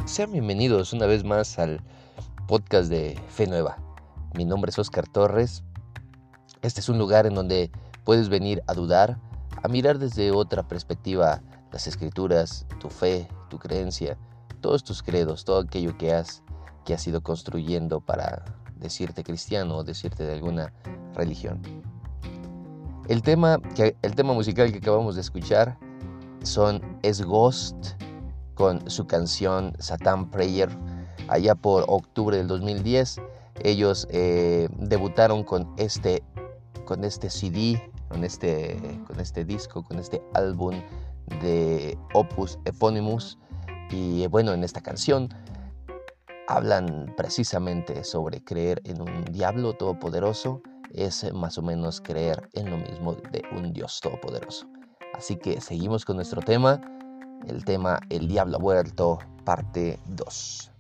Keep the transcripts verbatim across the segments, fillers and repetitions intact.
Sean bienvenidos una vez más al podcast de Fe Nueva. Mi nombre es Oscar Torres. Este es un lugar en donde puedes venir a dudar, a mirar desde otra perspectiva las escrituras, tu fe, tu creencia, todos tus credos, todo aquello que has, que has ido construyendo para decirte cristiano o decirte de alguna religión. El tema, que, el tema musical que acabamos de escuchar son, es Ghost, con su canción Satan Prayer. Allá por octubre del dos mil diez, ellos eh, debutaron con este, con este C D, con este, con este disco, con este álbum de Opus Eponymous. Y bueno, en esta canción hablan precisamente sobre creer en un diablo todopoderoso. Es más o menos creer en lo mismo de un Dios todopoderoso. Así que seguimos con nuestro tema. El tema El Diablo ha vuelto, parte dos.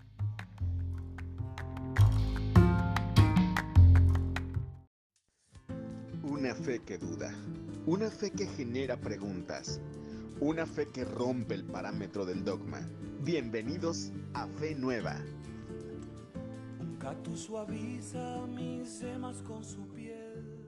Una fe que duda, una fe que genera preguntas, una fe que rompe el parámetro del dogma. Bienvenidos a Fe Nueva. Un cactus suaviza mis semas con su piel.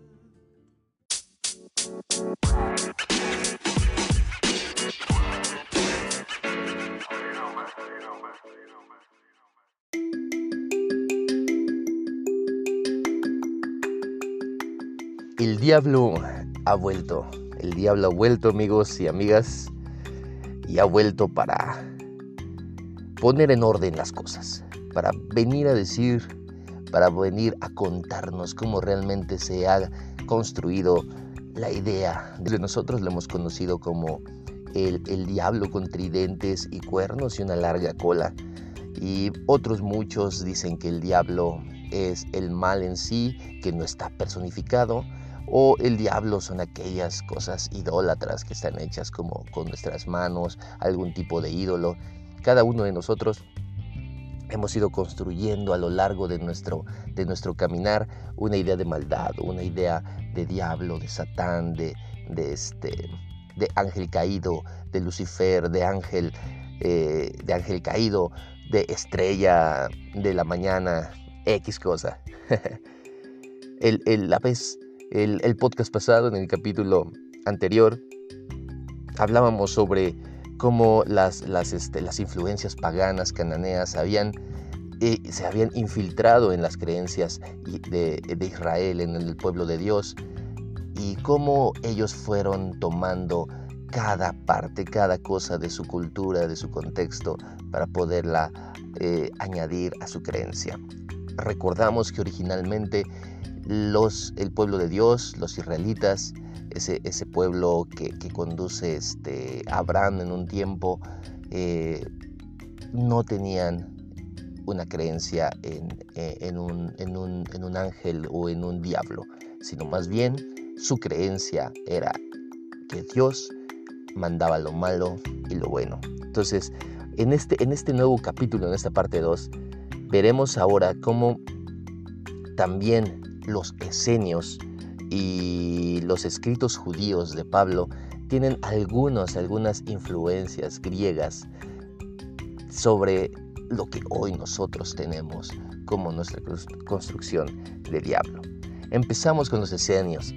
El diablo ha vuelto, el diablo ha vuelto, amigos y amigas, y ha vuelto para poner en orden las cosas, para venir a decir, para venir a contarnos cómo realmente se ha construido la idea. De nosotros lo hemos conocido como el, el diablo con tridentes y cuernos y una larga cola, y otros muchos dicen que el diablo es el mal en sí, que no está personificado, o el diablo son aquellas cosas idólatras que están hechas como con nuestras manos, algún tipo de ídolo. Cada uno de nosotros hemos ido construyendo a lo largo de nuestro, de nuestro caminar una idea de maldad, una idea de diablo, de Satán, de, de, este, de ángel caído, de Lucifer, de ángel, eh, de ángel caído, de estrella de la mañana, X cosa. el, el, la vez, el, el podcast pasado, en el capítulo anterior, hablábamos sobre cómo las, las, este, las influencias paganas cananeas habían, eh, se habían infiltrado en las creencias de, de Israel, en el pueblo de Dios, y cómo ellos fueron tomando cada parte, cada cosa de su cultura, de su contexto, para poderla eh, añadir a su creencia. Recordamos que originalmente los, el pueblo de Dios, los israelitas, ese, ese pueblo que, que conduce este, Abraham en un tiempo, eh, no tenían una creencia en, en, un, en, un, en un ángel o en un diablo, sino más bien su creencia era que Dios mandaba lo malo y lo bueno. Entonces, en este, en este nuevo capítulo, en esta parte dos, veremos ahora cómo también los esenios y los escritos judíos de Pablo tienen algunos, algunas influencias griegas sobre lo que hoy nosotros tenemos como nuestra construcción de diablo. Empezamos con los esenios.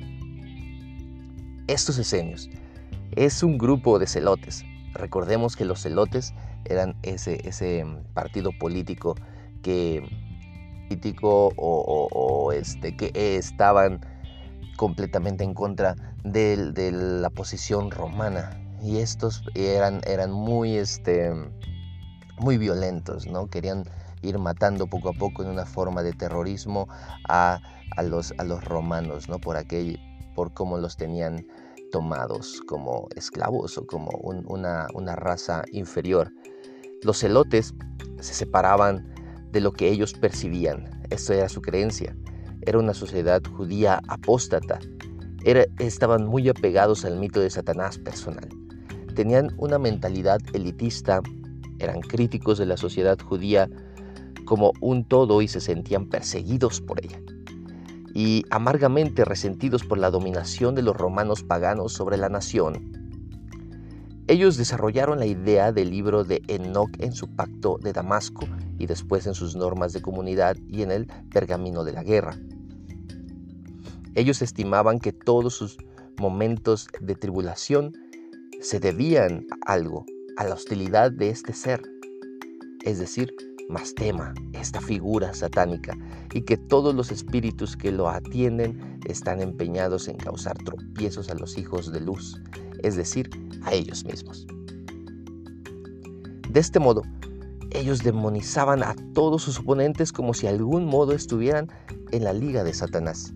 Estos esenios es un grupo de celotes. Recordemos que los celotes eran ese, ese partido político que, político o, o, o este, que estaban completamente en contra de, de la posición romana. Y estos eran, eran muy, este, muy violentos, ¿no? Querían ir matando poco a poco en una forma de terrorismo a, a, los, a los romanos, ¿no? Por, aquel, por cómo los tenían tomados como esclavos o como un, una, una raza inferior. Los celotes se separaban de lo que ellos percibían. Esto era su creencia. Era una sociedad judía apóstata. Era, estaban muy apegados al mito de Satanás personal. Tenían una mentalidad elitista, eran críticos de la sociedad judía como un todo y se sentían perseguidos por ella, y amargamente resentidos por la dominación de los romanos paganos sobre la nación. Ellos desarrollaron la idea del libro de Enoc en su pacto de Damasco y después en sus normas de comunidad y en el pergamino de la guerra. Ellos estimaban que todos sus momentos de tribulación se debían a algo, a la hostilidad de este ser, es decir, Mastema, esta figura satánica, y que todos los espíritus que lo atienden están empeñados en causar tropiezos a los hijos de luz, es decir, a ellos mismos. De este modo, ellos demonizaban a todos sus oponentes como si de algún modo estuvieran en la liga de Satanás.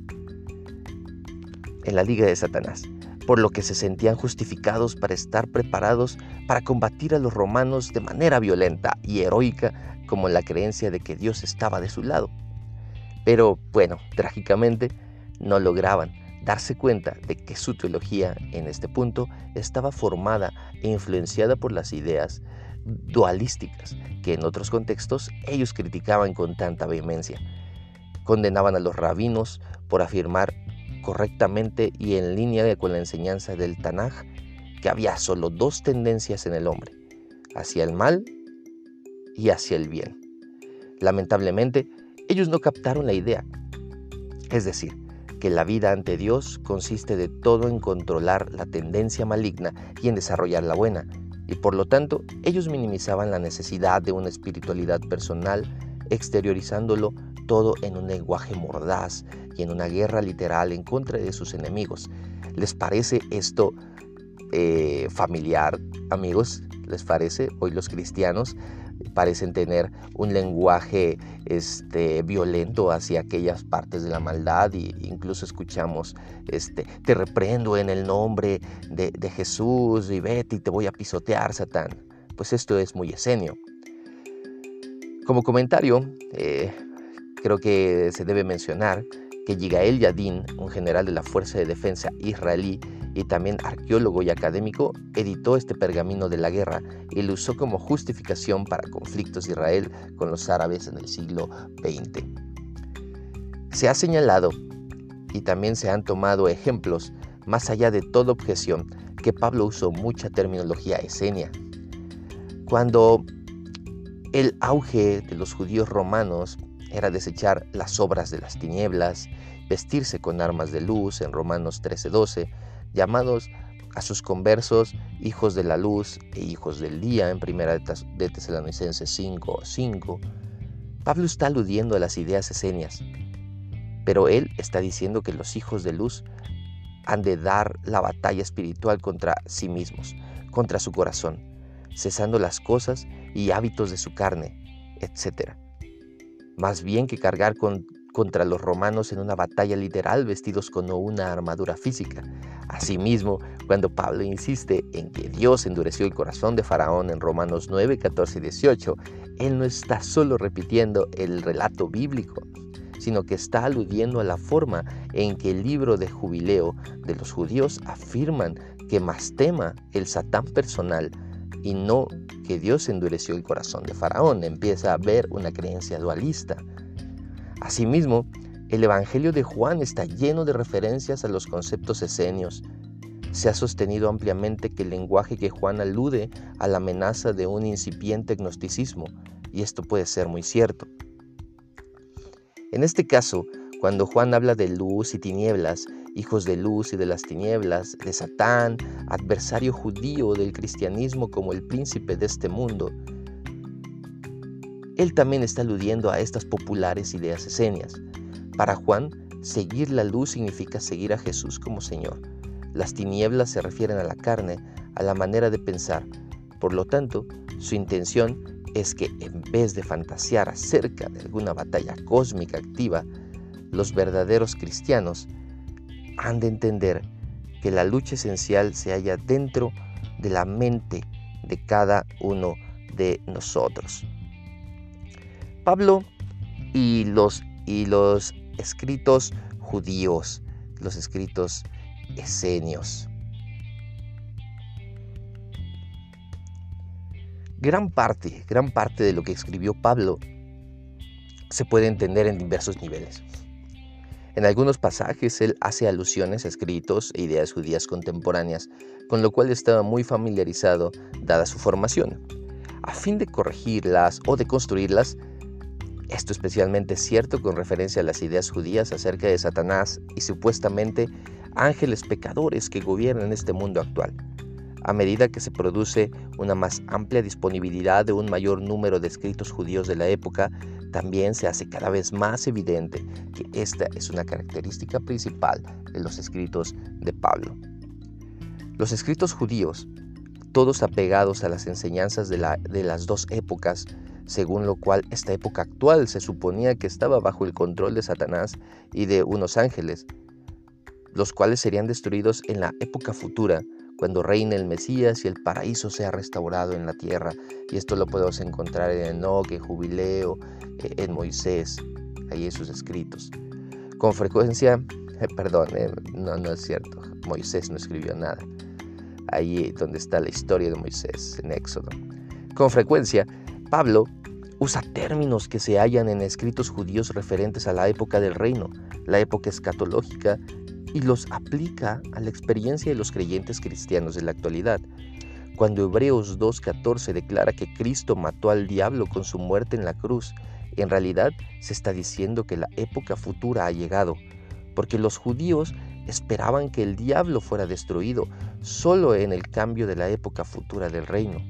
En la liga de Satanás, por lo que se sentían justificados para estar preparados para combatir a los romanos de manera violenta y heroica, como la creencia de que Dios estaba de su lado. Pero, bueno, trágicamente, no lograban darse cuenta de que su teología, en este punto, estaba formada e influenciada por las ideas dualísticas que en otros contextos ellos criticaban con tanta vehemencia. Condenaban a los rabinos por afirmar correctamente y en línea con la enseñanza del Tanaj que había solo dos tendencias en el hombre, hacia el mal y hacia el bien. Lamentablemente, ellos no captaron la idea, es decir, que la vida ante Dios consiste de todo en controlar la tendencia maligna y en desarrollar la buena, y por lo tanto, ellos minimizaban la necesidad de una espiritualidad personal, exteriorizándolo todo en un lenguaje mordaz y en una guerra literal en contra de sus enemigos. ¿Les parece esto eh, familiar, amigos? ¿Les parece? Hoy los cristianos parecen tener un lenguaje este, violento hacia aquellas partes de la maldad e incluso escuchamos, este, te reprendo en el nombre de, de Jesús y vete y te voy a pisotear, Satán. Pues esto es muy esenio. Como comentario, eh, creo que se debe mencionar que Yigael Yadin, un general de la Fuerza de Defensa israelí y también arqueólogo y académico, editó este pergamino de la guerra y lo usó como justificación para conflictos de Israel con los árabes en el siglo veinte. Se ha señalado y también se han tomado ejemplos, más allá de toda objeción, que Pablo usó mucha terminología esenia. Cuando el auge de los judíos romanos era desechar las obras de las tinieblas, vestirse con armas de luz en Romanos trece doce, llamados a sus conversos hijos de la luz e hijos del día en primera de Tesalonicenses cinco cinco. Pablo está aludiendo a las ideas esenias, pero él está diciendo que los hijos de luz han de dar la batalla espiritual contra sí mismos, contra su corazón, cesando las cosas y hábitos de su carne, etcétera. Más bien que cargar con, contra los romanos en una batalla literal vestidos con una armadura física. Asimismo, cuando Pablo insiste en que Dios endureció el corazón de Faraón en Romanos nueve, catorce y dieciocho, él no está solo repitiendo el relato bíblico, sino que está aludiendo a la forma en que el libro de Jubileo de los judíos afirman que Mastema, el Satán personal, y no que Dios endureció el corazón de Faraón. Empieza a haber una creencia dualista. Asimismo, el Evangelio de Juan está lleno de referencias a los conceptos esenios. Se ha sostenido ampliamente que el lenguaje que Juan alude a la amenaza de un incipiente gnosticismo, y esto puede ser muy cierto. En este caso, cuando Juan habla de luz y tinieblas, hijos de luz y de las tinieblas, de Satán, adversario judío del cristianismo como el príncipe de este mundo, él también está aludiendo a estas populares ideas esenias. Para Juan, seguir la luz significa seguir a Jesús como Señor. Las tinieblas se refieren a la carne, a la manera de pensar. Por lo tanto, su intención es que en vez de fantasear acerca de alguna batalla cósmica activa, los verdaderos cristianos han de entender que la lucha esencial se halla dentro de la mente de cada uno de nosotros. Pablo y los, y los escritos judíos, los escritos esenios. Gran parte, gran parte de lo que escribió Pablo se puede entender en diversos niveles. En algunos pasajes él hace alusiones a escritos e ideas judías contemporáneas, con lo cual estaba muy familiarizado dada su formación. A fin de corregirlas o de construirlas, esto especialmente es cierto con referencia a las ideas judías acerca de Satanás y supuestamente ángeles pecadores que gobiernan este mundo actual. A medida que se produce una más amplia disponibilidad de un mayor número de escritos judíos de la época, también se hace cada vez más evidente que esta es una característica principal de los escritos de Pablo. Los escritos judíos, todos apegados a las enseñanzas de, la, de las dos épocas, según lo cual esta época actual se suponía que estaba bajo el control de Satanás y de unos ángeles, los cuales serían destruidos en la época futura, cuando reine el Mesías y el paraíso sea restaurado en la tierra. Y esto lo podemos encontrar en Enoc, en Jubileo, en Moisés, ahí en sus escritos. Con frecuencia, eh, perdón, eh, no, no es cierto, Moisés no escribió nada. Ahí donde está la historia de Moisés, en Éxodo. Con frecuencia, Pablo usa términos que se hallan en escritos judíos referentes a la época del reino, la época escatológica, y los aplica a la experiencia de los creyentes cristianos de la actualidad. Cuando Hebreos dos catorce declara que Cristo mató al diablo con su muerte en la cruz, en realidad se está diciendo que la época futura ha llegado, porque los judíos esperaban que el diablo fuera destruido solo en el cambio de la época futura del reino.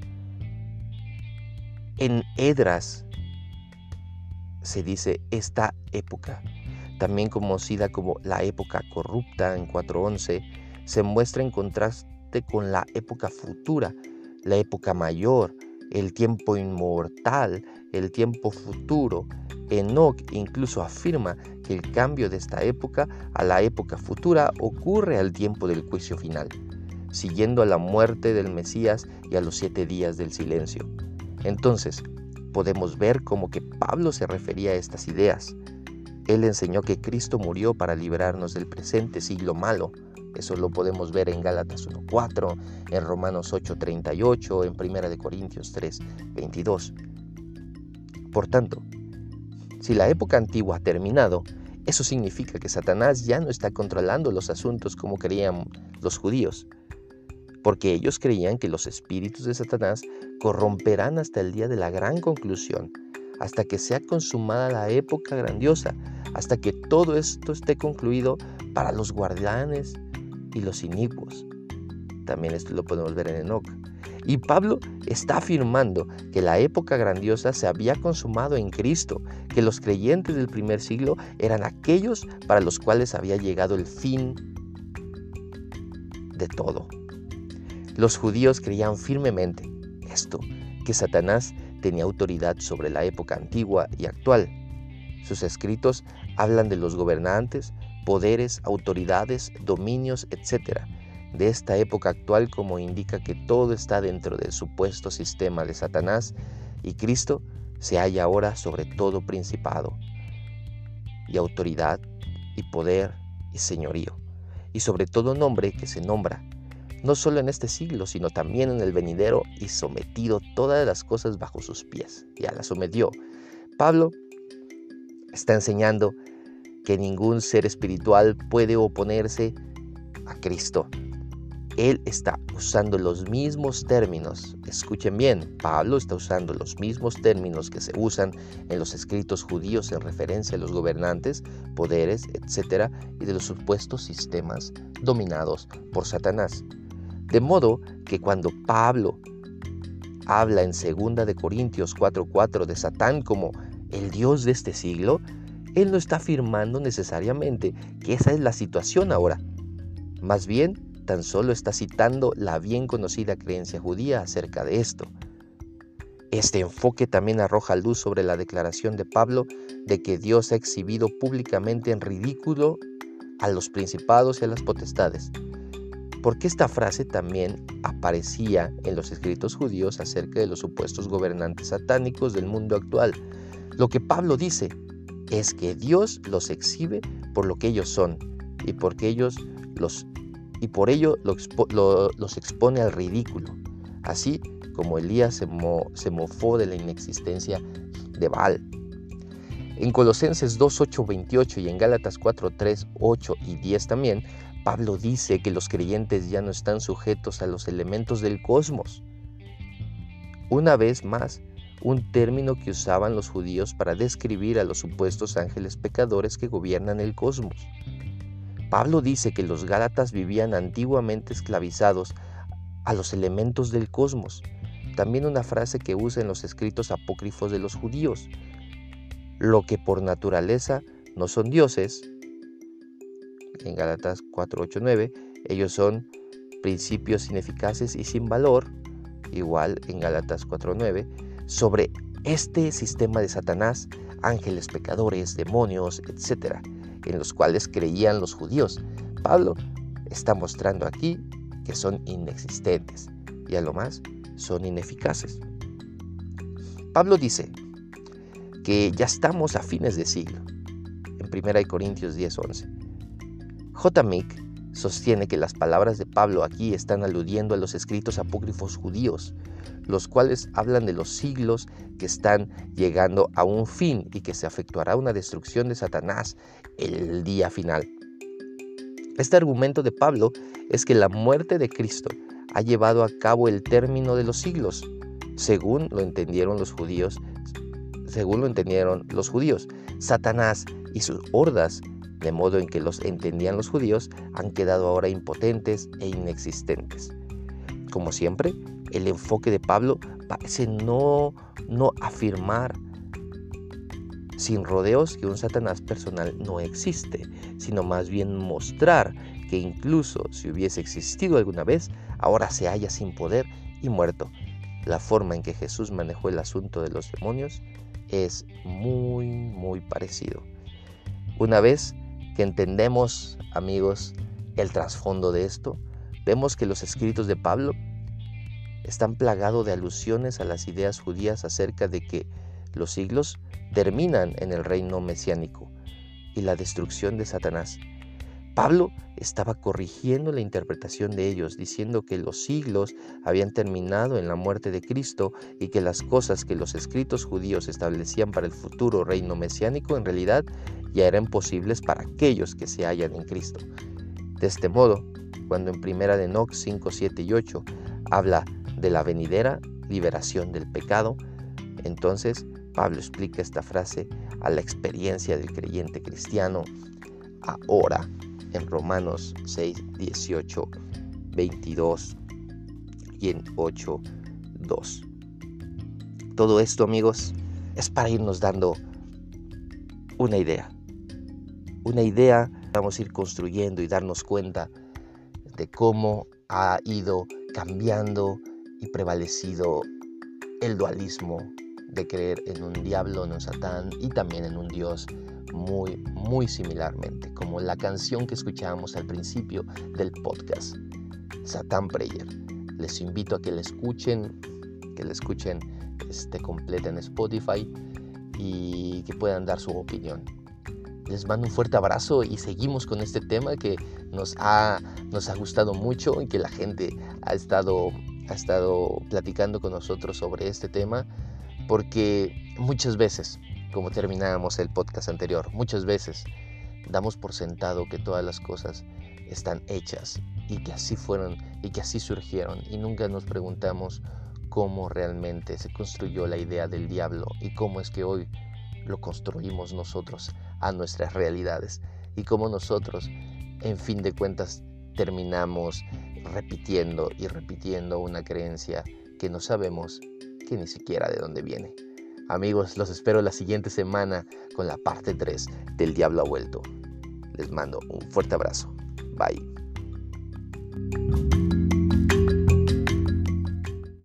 En Edras se dice esta época, también conocida como la época corrupta en cuatro once, se muestra en contraste con la época futura, la época mayor, el tiempo inmortal, el tiempo futuro. Enoc incluso afirma que el cambio de esta época a la época futura ocurre al tiempo del juicio final, siguiendo a la muerte del Mesías y a los siete días del silencio. Entonces, podemos ver cómo que Pablo se refería a estas ideas. Él enseñó que Cristo murió para librarnos del presente siglo malo. Eso lo podemos ver en Gálatas uno cuatro, en Romanos ocho treinta y ocho, en primera de Corintios tres veintidós. Por tanto, si la época antigua ha terminado, eso significa que Satanás ya no está controlando los asuntos como creían los judíos, porque ellos creían que los espíritus de Satanás corromperán hasta el día de la gran conclusión, hasta que sea consumada la época grandiosa, hasta que todo esto esté concluido para los guardianes y los inicuos. También esto lo podemos ver en Enoc. Y Pablo está afirmando que la época grandiosa se había consumado en Cristo, que los creyentes del primer siglo eran aquellos para los cuales había llegado el fin de todo. Los judíos creían firmemente esto, que Satanás tenía autoridad sobre la época antigua y actual. Sus escritos hablan de los gobernantes, poderes, autoridades, dominios, etcétera, de esta época actual, como indica que todo está dentro del supuesto sistema de Satanás y Cristo se halla ahora sobre todo principado y autoridad y poder y señorío, y sobre todo nombre que se nombra, no solo en este siglo, sino también en el venidero, y sometido todas las cosas bajo sus pies. Ya las sometió. Pablo está enseñando que ningún ser espiritual puede oponerse a Cristo. Él está usando los mismos términos. Escuchen bien, Pablo está usando los mismos términos que se usan en los escritos judíos en referencia a los gobernantes, poderes, etcétera, y de los supuestos sistemas dominados por Satanás. De modo que cuando Pablo habla en segunda de Corintios cuatro cuatro de Satán como el Dios de este siglo, él no está afirmando necesariamente que esa es la situación ahora. Más bien, tan solo está citando la bien conocida creencia judía acerca de esto. Este enfoque también arroja luz sobre la declaración de Pablo de que Dios ha exhibido públicamente en ridículo a los principados y a las potestades, porque esta frase también aparecía en los escritos judíos acerca de los supuestos gobernantes satánicos del mundo actual. Lo que Pablo dice es que Dios los exhibe por lo que ellos son y porque ellos los y por ello lo expo, lo, los expone al ridículo, así como Elías se, mo, se mofó de la inexistencia de Baal. En Colosenses dos, ocho, veintiocho y en Gálatas cuatro, tres, ocho y diez también, Pablo dice que los creyentes ya no están sujetos a los elementos del cosmos. Una vez más, un término que usaban los judíos para describir a los supuestos ángeles pecadores que gobiernan el cosmos. Pablo dice que los gálatas vivían antiguamente esclavizados a los elementos del cosmos, también una frase que usa en los escritos apócrifos de los judíos. Lo que por naturaleza no son dioses, en Gálatas cuatro, ocho, nueve, ellos son principios ineficaces y sin valor, igual en Gálatas cuatro, nueve, sobre este sistema de Satanás, ángeles pecadores, demonios, etcétera, en los cuales creían los judíos. Pablo está mostrando aquí que son inexistentes y a lo más son ineficaces. Pablo dice que ya estamos a fines de siglo, en primera Corintios diez, once. J. Mick sostiene que las palabras de Pablo aquí están aludiendo a los escritos apócrifos judíos, los cuales hablan de los siglos que están llegando a un fin y que se efectuará una destrucción de Satanás el día final. Este argumento de Pablo es que la muerte de Cristo ha llevado a cabo el término de los siglos, según lo entendieron los judíos, según lo entendieron los judíos. Satanás y sus hordas, de modo en que los entendían los judíos, han quedado ahora impotentes e inexistentes. Como siempre, el enfoque de Pablo parece no, no afirmar sin rodeos que un Satanás personal no existe, sino más bien mostrar que incluso si hubiese existido alguna vez, ahora se halla sin poder y muerto. La forma en que Jesús manejó el asunto de los demonios es muy, muy parecido. Una vez que entendemos, amigos, el trasfondo de esto, vemos que los escritos de Pablo están plagados de alusiones a las ideas judías acerca de que los siglos terminan en el reino mesiánico y la destrucción de Satanás. Pablo estaba corrigiendo la interpretación de ellos, diciendo que los siglos habían terminado en la muerte de Cristo y que las cosas que los escritos judíos establecían para el futuro reino mesiánico en realidad ya eran posibles para aquellos que se hallan en Cristo. De este modo, cuando en primera de Enoc cinco, siete y ocho habla de la venidera liberación del pecado, entonces Pablo explica esta frase a la experiencia del creyente cristiano ahora en Romanos seis, dieciocho, veintidós y en ocho, dos. Todo esto, amigos, es para irnos dando una idea. Una idea, vamos a ir construyendo y darnos cuenta de cómo ha ido cambiando y prevalecido el dualismo de creer en un diablo, en un Satán y también en un Dios muy, muy similarmente, como la canción que escuchábamos al principio del podcast, Satan Prayer. Les invito a que la escuchen, que la escuchen este, completa en Spotify y que puedan dar su opinión. Les mando un fuerte abrazo y seguimos con este tema que nos ha, nos ha gustado mucho y que la gente ha estado, ha estado platicando con nosotros sobre este tema, porque muchas veces, como terminábamos el podcast anterior, muchas veces damos por sentado que todas las cosas están hechas y que así fueron y que así surgieron, y nunca nos preguntamos cómo realmente se construyó la idea del diablo y cómo es que hoy lo construimos nosotros a nuestras realidades y cómo nosotros, en fin de cuentas, terminamos repitiendo y repitiendo una creencia que no sabemos que ni siquiera de dónde viene. Amigos, los espero la siguiente semana con la parte tres del Diablo ha vuelto. Les mando un fuerte abrazo. Bye.